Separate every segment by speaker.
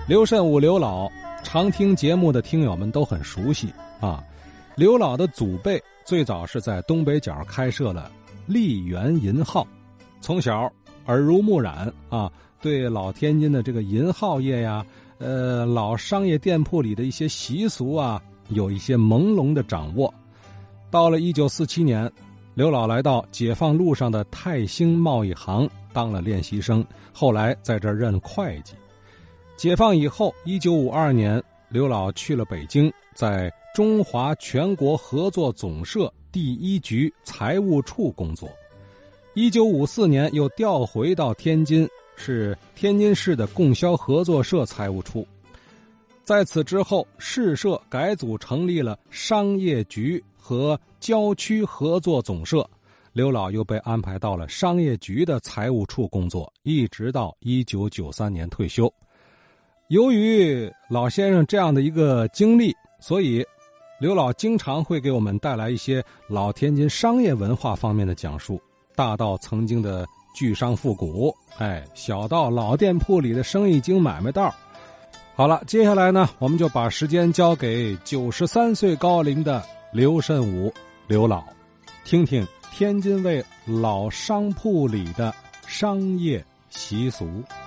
Speaker 1: 刘慎武刘老，常听节目的听友们都很熟悉啊。刘老的祖辈最早是在东北角开设了丽园银号，从小耳濡目染啊，对老天津的这个银号业呀，老商业店铺里的一些习俗啊，有一些朦胧的掌握。到了1947年，刘老来到解放路上的泰兴贸易行当了练习生，后来在这儿任会计。解放以后，1952年，刘老去了北京，在中华全国合作总社第1局财务处工作。1954年又调回到天津，是天津市的供销合作社财务处。在此之后，市社改组成立了商业局和郊区合作总社，刘老又被安排到了商业局的财务处工作，一直到1993年退休。由于老先生这样的一个经历，所以刘老经常会给我们带来一些老天津商业文化方面的讲述，大到曾经的巨商复古，小到老店铺里的生意经买卖道。好了，接下来呢，我们就把时间交给93岁高龄的刘慎武刘老，听听天津卫老商铺里的商业习俗。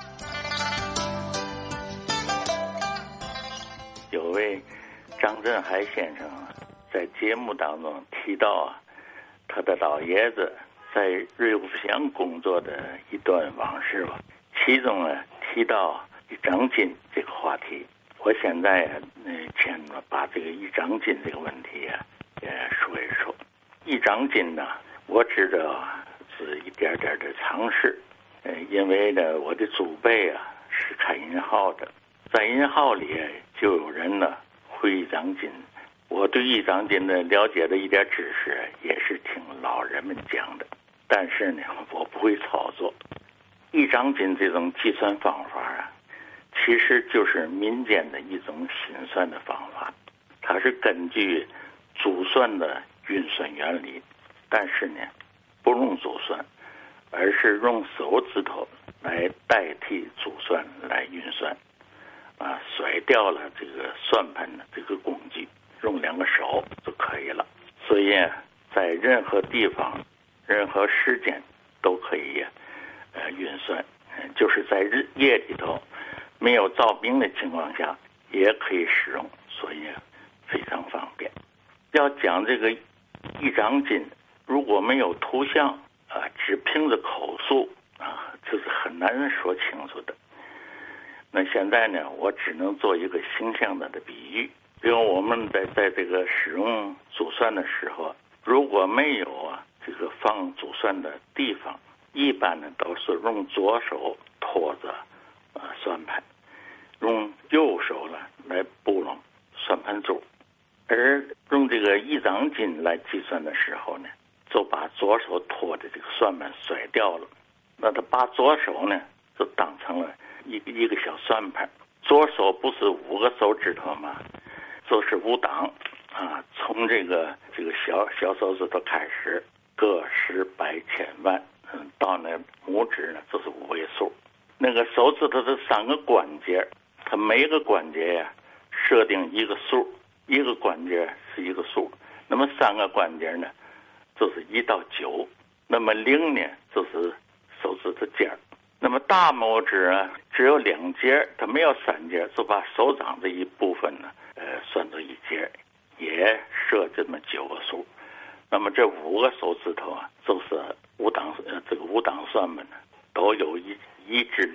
Speaker 2: 有位张振海先生在节目当中提到他的老爷子在瑞福祥工作的一段往事吧，其中提到一张金这个话题。我现在先把这个一张金这个问题也说一说。一张金呢，我知道是一点点的常识，因为呢我的祖辈是开银号的，在银号里就有人会一张金。我对一张金的了解的一点知识也是听老人们讲的，但是呢我不会操作。一张金这种计算方法其实就是民间的一种心算的方法，它是根据珠算的运算原理，但是呢不用珠算，而是用手指头来代替珠算来运算甩掉了这个算盘的这个工具，用2个手就可以了。所以在任何地方任何时间都可以运算，就是在夜里头没有照明的情况下也可以使用，所以非常方便。要讲这个一张金，如果没有图像只凭着口述这是很难说清楚的。那现在呢，我只能做一个形象的比喻。因为我们在这个使用珠算的时候，如果没有这个放珠算的地方，一般呢都是用左手托着算盘，用右手来拨弄算盘珠。而用这个一张金来计算的时候呢，就把左手托的这个算盘甩掉了。那他把左手呢就当成了一个小算盘。左手不是5个手指头吗？就是5档从这个小手指头开始，个十百千万，到那拇指呢就是5位数。那个手指头的3个关节，它每一个关节设定一个数，一个关节是一个数，那么3个关节呢就是1到9，那么0呢就是手指头尖儿。那么大拇指只有2节，它没有3节，就把手掌这一部分呢算作1节，也设这么9个数。那么这5个手指头就是5档算盘呢都有1至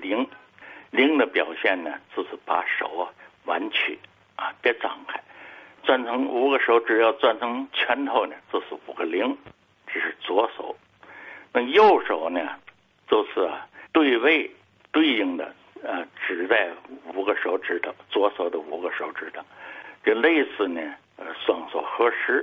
Speaker 2: 0。0的表现呢就是把手弯曲别张开，转成5个手指要转成拳头呢就是5个0，这是左手。那右手呢就是对位对应的指在5个手指头，左手的5个手指头，这类似呢双手合十，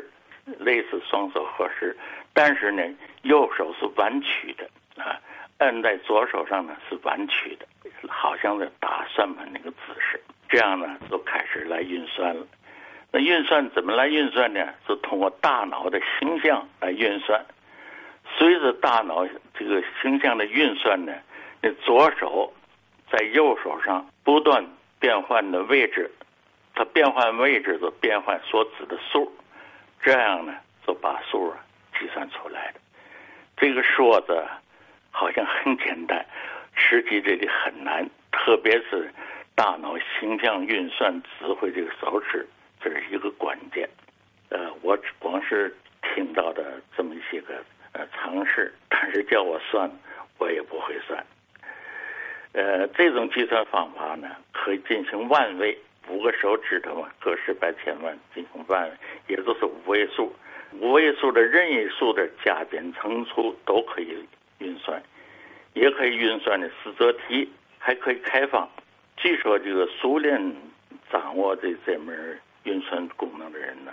Speaker 2: 但是呢右手是弯曲的按在左手上呢是弯曲的，好像是打算盘那个姿势。这样呢就开始来运算了。那运算怎么来运算呢？是通过大脑的形象来运算。随着大脑这个形象的运算呢，那左手在右手上不断变换的位置，它变换位置就变换所指的数，这样呢就把数计算出来了。这个说的好像很简单，实际这里很难，特别是大脑形象运算指挥这个手指，这是一个关键。我光是听到的这么一些个常识，但是叫我算，我也不会算。这种计算方法呢，可以进行万位，5个手指头嘛，个十百千万进行万位，也就是5位数。5位数的任意数的加减乘除都可以运算，也可以运算的四则题，还可以开方。据说这个熟练掌握这门运算功能的人呢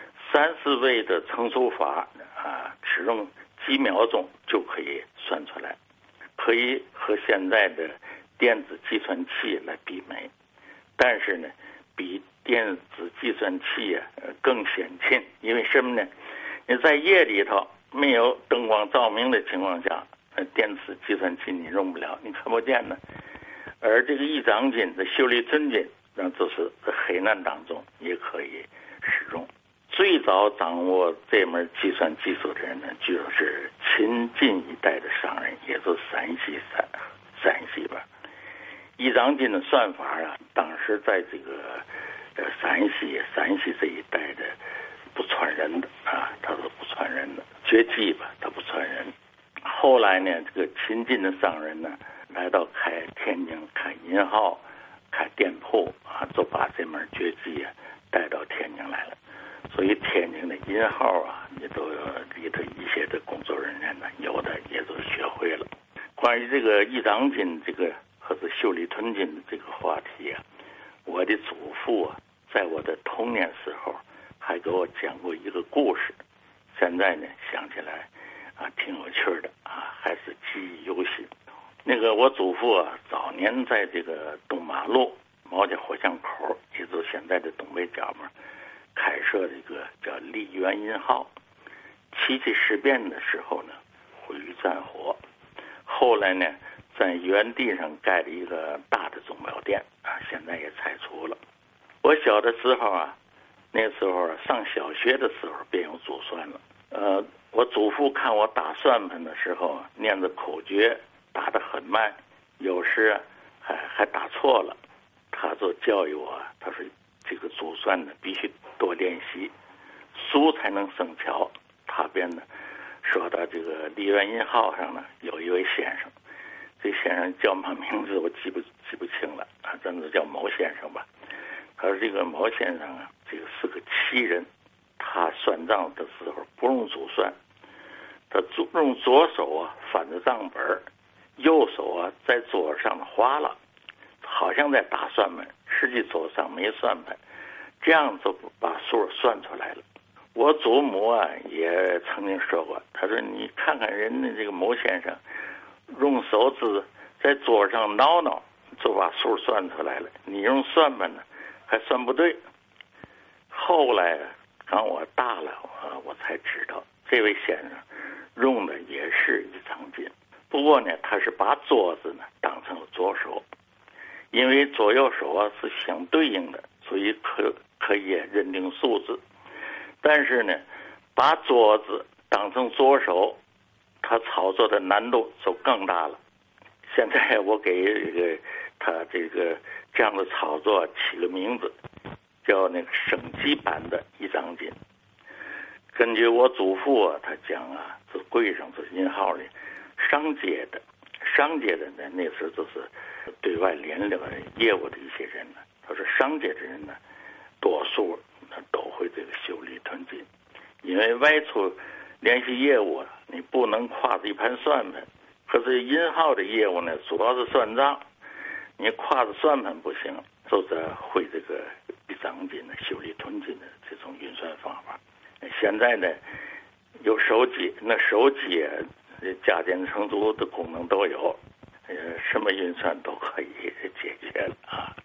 Speaker 2: ，30位的乘除法只用几秒钟就可以算出来，可以和现在的电子计算器来媲美，但是呢，比电子计算器更先进。因为什么呢？你在夜里头没有灯光照明的情况下，电子计算器你用不了，你看不见呢。而这个一掌金的秀丽纯金，那就是在黑暗当中也可以使用。最早掌握这门计算技术的人呢，就是秦晋一代的商人，也就是陕西吧。一掌金的算法当时在这个陕西这一带的不传人的他是不传人的，绝技吧，他不传人。后来呢，这个秦晋的商人呢，来到开天津开银号、开店铺就把这门绝技带到天津来了。所以天津的银号也都里头一些的工作人员呢，有的也都学会了。关于这个一掌金这个或者秀丽纯金的这个话题我的祖父在我的童年时候还给我讲过一个故事，现在呢想起来挺有趣的还是记忆犹新。那个我祖父早年在这个东马路毛家火巷口，也就是现在的东北角嘛，开设这个叫丽园银号。七七事变的时候呢，毁于战火。后来呢，在原地上盖了一个大的钟表店现在也拆除了。我小的时候那时候上小学的时候便有珠算了。我祖父看我打算盘的时候念着口诀，打得很慢，有时还打错了，他就教育我，他说这个珠算呢必须多练习，熟才能生巧。他便呢说到这个丽园银号上呢，有一位先生，这先生叫嘛名字我记不清了咱就叫毛先生吧。他说这个毛先生这个是个奇人，他算账的时候不用珠算，他用左手翻着账本，右手在桌上划了，好像在打算盘，实际桌上没算盘，这样就把数算出来了。我祖母也曾经说过，他说你看看人家这个某先生用手指在桌上挠挠就把数算出来了，你用算盘呢还算不对。后来当我大了我才知道这位先生用的也是一掌金，不过呢他是把桌子呢当成了左手，因为左右手是相对应的，所以可以认定数字。但是呢，把桌子当成左手，他操作的难度就更大了。现在我给他这样的操作起个名字，叫那个升级版的一掌金。根据我祖父他讲这柜上这银号里商界的呢，那时候就是对外联络业务的一些人呢，他说商界的人呢，多数都会这个秀丽纯金，因为外出联系业务你不能挎着一盘算盘，可是银号的业务呢主要是算账，你挎着算盘不行，就是会这个一掌金的秀丽纯金的这种运算方法。现在呢有手机，那手机加减乘除的功能都有，什么运算都可以解决了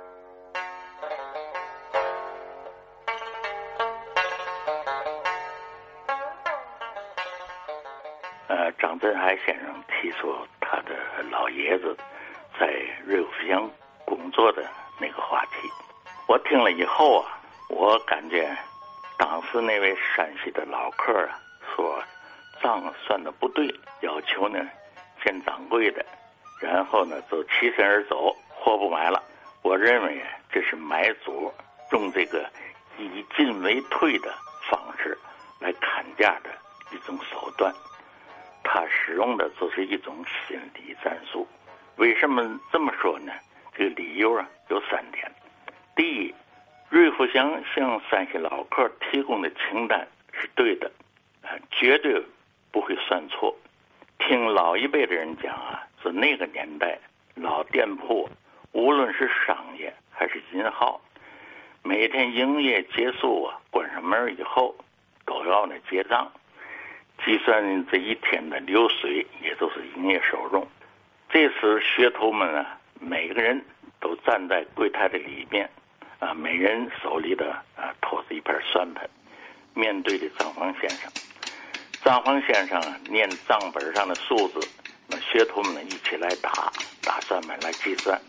Speaker 2: 张振海先生提出他的老爷子在瑞福乡工作的那个话题。我听了以后啊，我感觉当时那位山西的老客啊说账算的不对，要求呢见掌柜的，然后呢就起身而走，货不买了。我认为这是买主用这个以进为退的方式来砍价的一种手段，他使用的就是一种心理战术。为什么这么说呢？这个理由啊有3点。第一，瑞福祥向山西老客提供的清单是对的，绝对不会算错。听老一辈的人讲啊，是那个年代老店铺无论是商业还是银号，每天营业结束啊，关上门以后都要呢结账，计算这一天的流水，也就是营业收入。这时学徒们啊，每个人都站在柜台的里面啊，每人手里的托着一盘算盘，面对着账房先生。账房先生念账本上的数字，那学徒们一起来打算盘来计算。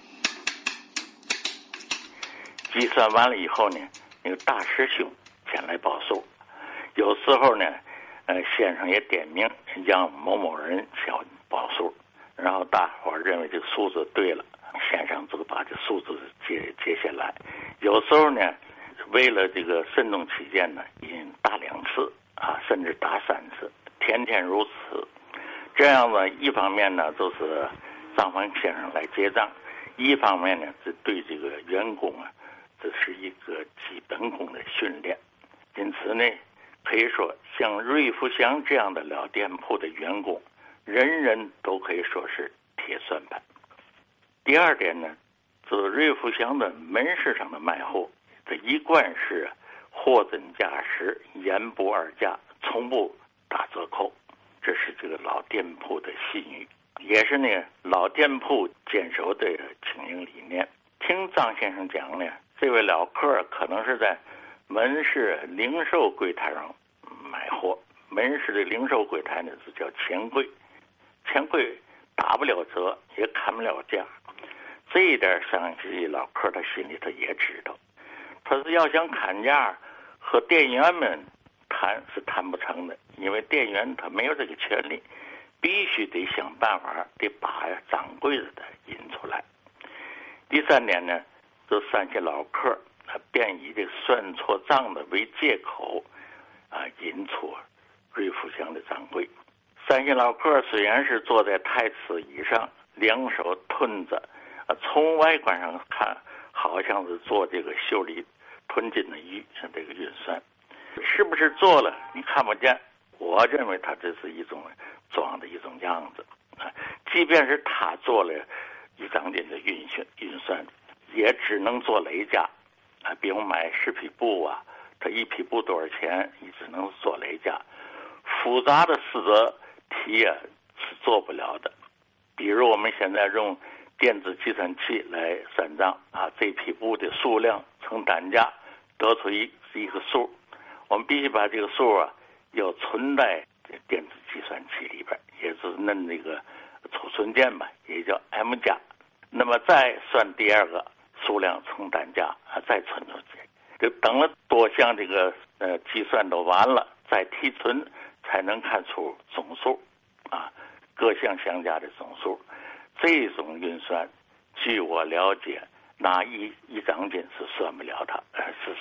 Speaker 2: 计算完了以后呢，那个大师兄前来报数。有时候呢，先生也点名让某某人前报数，然后大伙认为这个数字对了，先生就把这数字接下来。有时候呢，为了这个慎重起见呢，打2次啊，甚至打3次，天天如此。这样呢，一方面呢就是账房先生来结账，一方面呢是对这个员工啊，这是一个基本功的训练。因此呢，可以说像瑞福祥这样的老店铺的员工，人人都可以说是铁算盘。第二点呢，是瑞福祥的门市上的卖货，这一贯是货真价实，言不二价，从不打折扣。这是这个老店铺的信誉，也是呢老店铺坚守的经营理念。听张先生讲呢，这位老客可能是在门市零售柜台上买货。门市的零售柜台呢是叫钱柜，钱柜打不了折，也砍不了价。这一点山西老客他心里头也知道，他是要想砍价和店员们谈是谈不成的，因为店员他没有这个权利，必须得想办法得把掌柜的引出来。第3点呢，这山西老客他便以这算错账的为借口引出瑞福祥的掌柜。山西老客虽然是坐在太师椅上，两手吞着，从外观上看好像是做这个袖里吞金的鱼，像这个运算是不是做了你看不见。我认为他这是一种装的一种样子即便是他做了1张金的运算，也只能做累价比如买10匹布啊，他1匹布多少钱，你只能做累价。复杂的4则题啊是做不了的。比如我们现在用电子计算器来算账这匹布的数量乘单价，得出一个数，我们必须把这个数要存在电子计算器里边，也就是弄那个储存键吧，也叫 M 加。那么再算第2个数量乘单价再存出去，就等了多项这个计算都完了，再提存才能看出总数各项相加的总数。这种运算据我了解，拿一张金是算不了的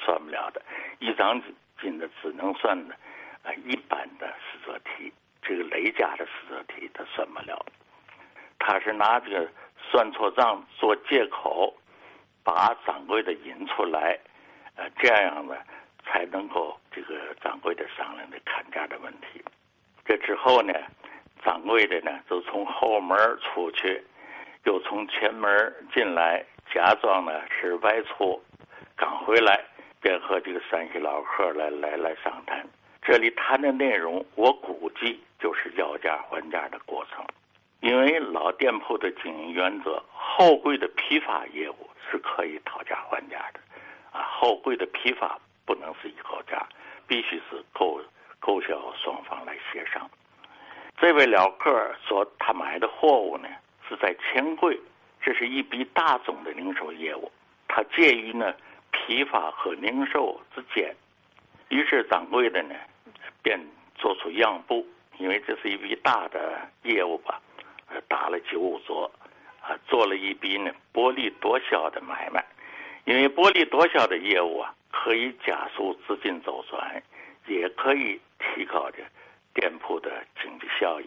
Speaker 2: ，1张金的只能算的一般的4则题，这个累加的4则题他算不了。他是拿这个算错账做借口，把掌柜的引出来，这样呢才能够这个掌柜的商量的砍价的问题。这之后呢，掌柜的呢就从后门出去，又从前门进来，假装呢是外出，刚回来便和这个山西老客来商谈。这里谈的内容，我估计就是要价还价的过程。因为老店铺的经营原则，后柜的批发业务是可以讨价还价的后柜的批发不能是一口价，必须是购销双方来协商。这位老客说他买的货物呢是在钱柜，这是一笔大宗的零售业务，他它介于呢批发和零售之间。于是掌柜的呢便做出让步，因为这是一笔大的业务吧，打了95折，做了一笔呢薄利多销的买卖。因为薄利多销的业务可以加速资金周转，也可以提高着店铺的经济效益。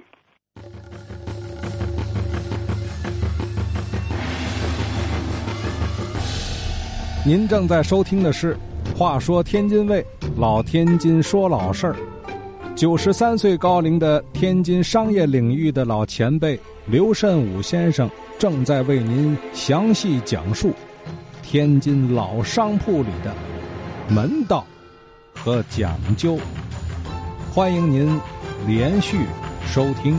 Speaker 1: 您正在收听的是《话说天津卫》，老天津说老事儿。93岁高龄的天津商业领域的老前辈刘慎武先生正在为您详细讲述天津老商铺里的门道和讲究。欢迎您连续收听。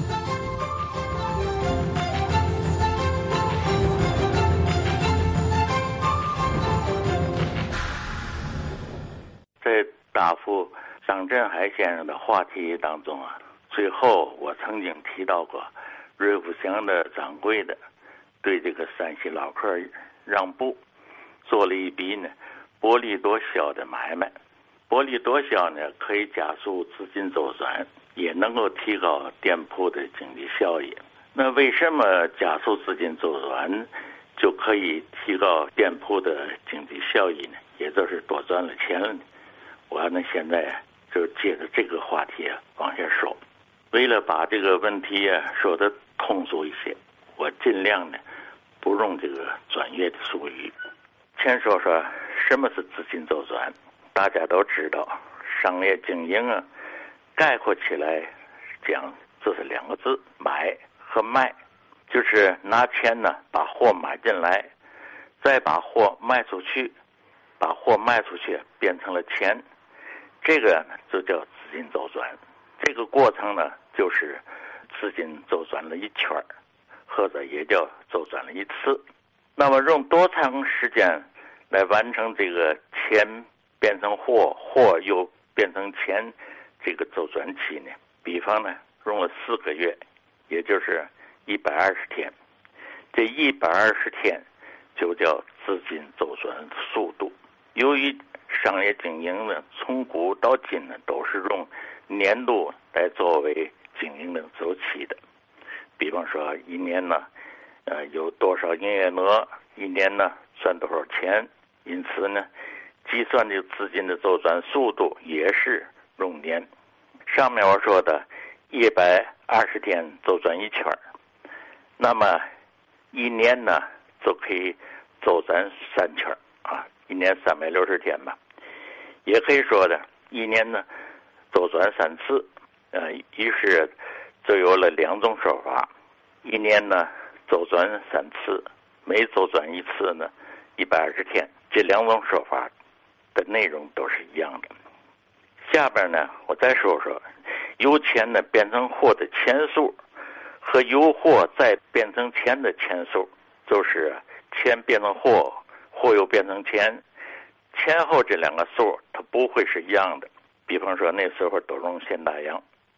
Speaker 2: 在答复张振海先生的话题当中最后我曾经提到过瑞福祥的掌柜的对这个山西老客让步，做了一笔呢薄利多销的买卖。薄利多销呢可以加速资金周转，也能够提高店铺的经济效益。那为什么加速资金周转就可以提高店铺的经济效益呢？也就是多赚了钱了呢？我呢现在就接着这个话题往下说。为了把这个问题说得通俗一些，我尽量呢不用这个专业的术语。先说说什么是资金周转。大家都知道，商业经营概括起来讲，这是2个字：买和卖。就是拿钱呢把货买进来，再把货卖出去，把货卖出去变成了钱，这个呢就叫资金周转。这个过程呢就是资金周转了一圈，或者也叫周转了一次。那么用多长时间来完成这个钱变成货，货又变成钱这个周转期呢？比方呢用了4个月，也就是120天。这120天就叫资金周转速度。由于商业经营呢从古到今呢都是用年度来作为经营的周期的。比方说一年呢有多少营业额，一年呢赚多少钱，因此呢计算这资金的周转速度也是用年。上面我说的120天周转一圈，那么一年呢就可以周转3圈一年360天吧。也可以说的一年呢周转3次，于是就有了2种说法。一年呢周转3次，每周转一次呢120天。这2种说法的内容都是一样的。下边呢我再说说由钱呢变成货的钱数和由货再变成钱的钱数。就是钱变成货，货又变成钱，前后这2个数它不会是一样的。比方说那时候都用现大洋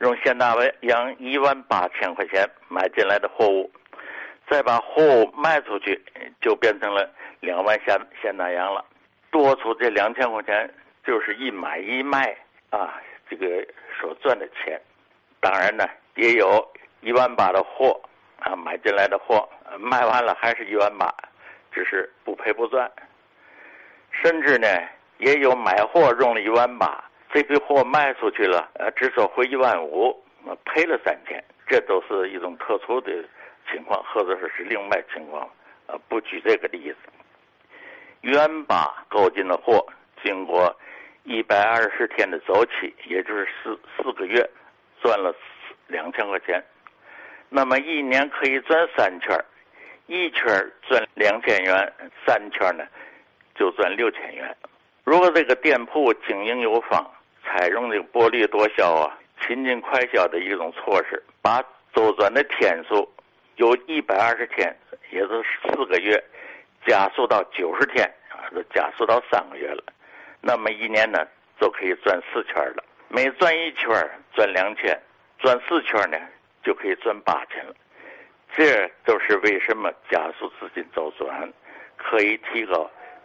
Speaker 2: 18000块钱买进来的货物，再把货物卖出去就变成了2万现大洋了。多出这2000块钱就是一买一卖这个所赚的钱。当然呢也有18000的货买进来的货卖完了还是18000，只是不赔不赚。甚至呢也有买货用了18000，这批货卖出去了只收回15000，赔了3000。这都是一种特殊的情况，或者是另外情况不举这个例子。18000购进的货经过120天的周期，也就是4个月，赚了2000块钱。那么一年可以赚3圈，一圈赚2000元，3圈呢就赚6000元。如果这个店铺经营有方，采用这个薄利多销勤进快销的一种措施，把周转的天数由120天，也就是4个月，加速到90天，加速到3个月了。那么一年呢就可以赚4圈了。每赚一圈赚2000，赚4圈呢就可以赚8000了。这就是为什么加速资金周转可以提高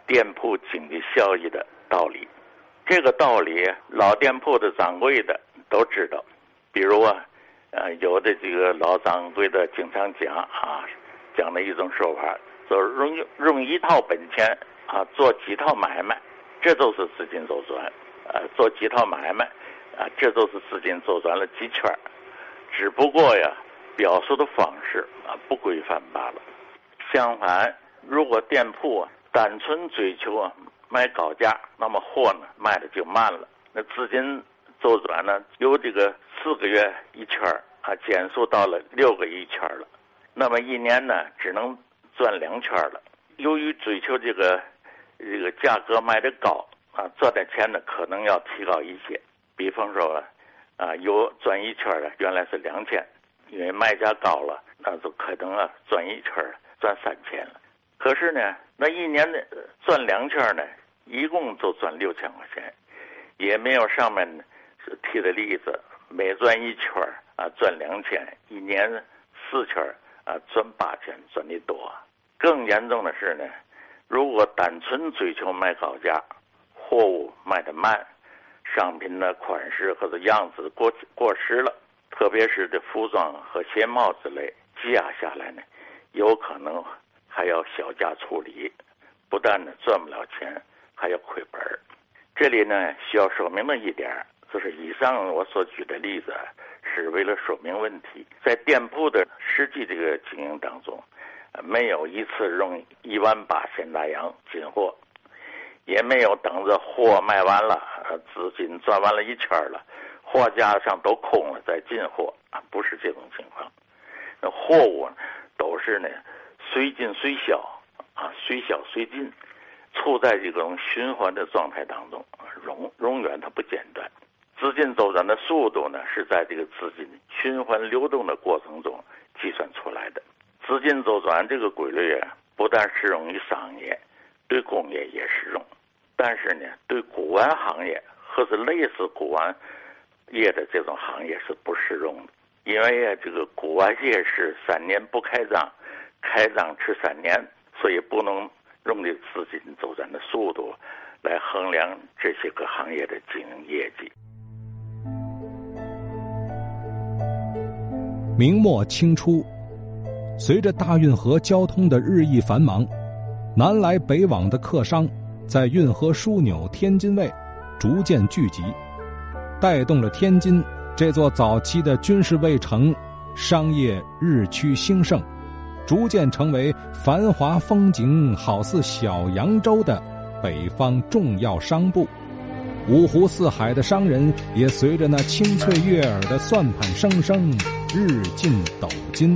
Speaker 2: 店铺经济效益的道理。这个道理老店铺的掌柜的都知道。比如有的这个老掌柜的经常讲的一种说法，就是用一套本钱做几套买卖，这都是资金周转。做几套买卖这都是资金周转了几圈，只不过表述的方式不规范罢了。相反，如果店铺单纯追求卖高价，那么货呢卖的就慢了，那资金周转呢由这个4个月一圈减速到了6个月一圈了，那么一年呢只能赚2圈了。由于追求这个价格卖的高赚的钱呢可能要提高一些。比方说有赚1圈的原来是2000，因为卖价高了，那就可能赚1圈赚3000了。可是呢，那一年的赚2圈呢，一共就赚6000块钱，也没有上面提的例子，每赚1圈赚2000，一年4圈赚8000，赚的多。更严重的是呢，如果单纯追求卖高价，货物卖得慢，商品的款式或者样子过时了，特别是这服装和鞋帽之类积压下来呢，有可能还要小价处理，不但呢赚不了钱，还要亏本。这里呢需要说明的一点，就是以上我所举的例子是为了说明问题，在店铺的实际这个经营当中，没有一次用18000大洋进货，也没有等着货卖完了，资金赚完了1圈了，货架上都空了再进货不是这种情况。那货物都是呢随进随销随销随进，处在这种循环的状态当中，永远它不间断。资金周转的速度呢是在这个资金循环流动的过程中计算出来的。资金周转这个规律不但适用于商业，对工业也适用，但是呢对古玩行业或是类似古玩业的这种行业是不适用的。因为这个古玩业是3年不开张，开张吃3年，所以不能用这资金周转的速度来衡量这些个行业的经营业绩。
Speaker 1: 明末清初，随着大运河交通的日益繁忙，南来北往的客商在运河枢纽天津卫逐渐聚集，带动了天津这座早期的军事卫城商业日趋兴盛，逐渐成为繁华风景好似小扬州的北方重要商埠。五湖四海的商人也随着那清脆悦耳的算盘声声日进斗金。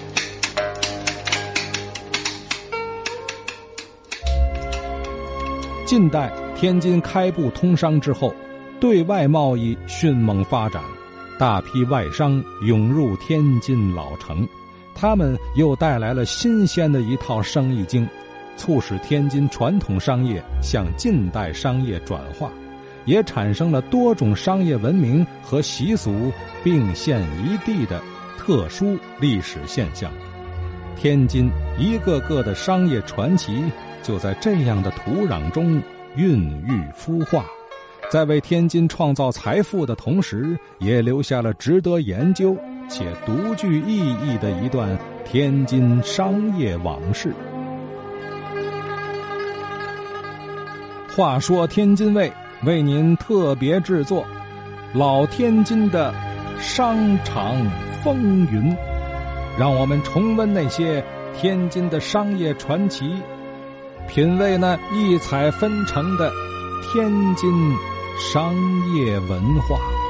Speaker 1: 近代天津开埠通商之后，对外贸易迅猛发展，大批外商涌入天津老城，他们又带来了新鲜的一套生意经，促使天津传统商业向近代商业转化，也产生了多种商业文明和习俗并现一地的特殊历史现象。天津一个个的商业传奇就在这样的土壤中孕育孵化，在为天津创造财富的同时，也留下了值得研究且独具意义的一段天津商业往事。话说天津卫为您特别制作老天津的商场风云，让我们重温那些天津的商业传奇，品味那异彩纷呈的天津商业文化。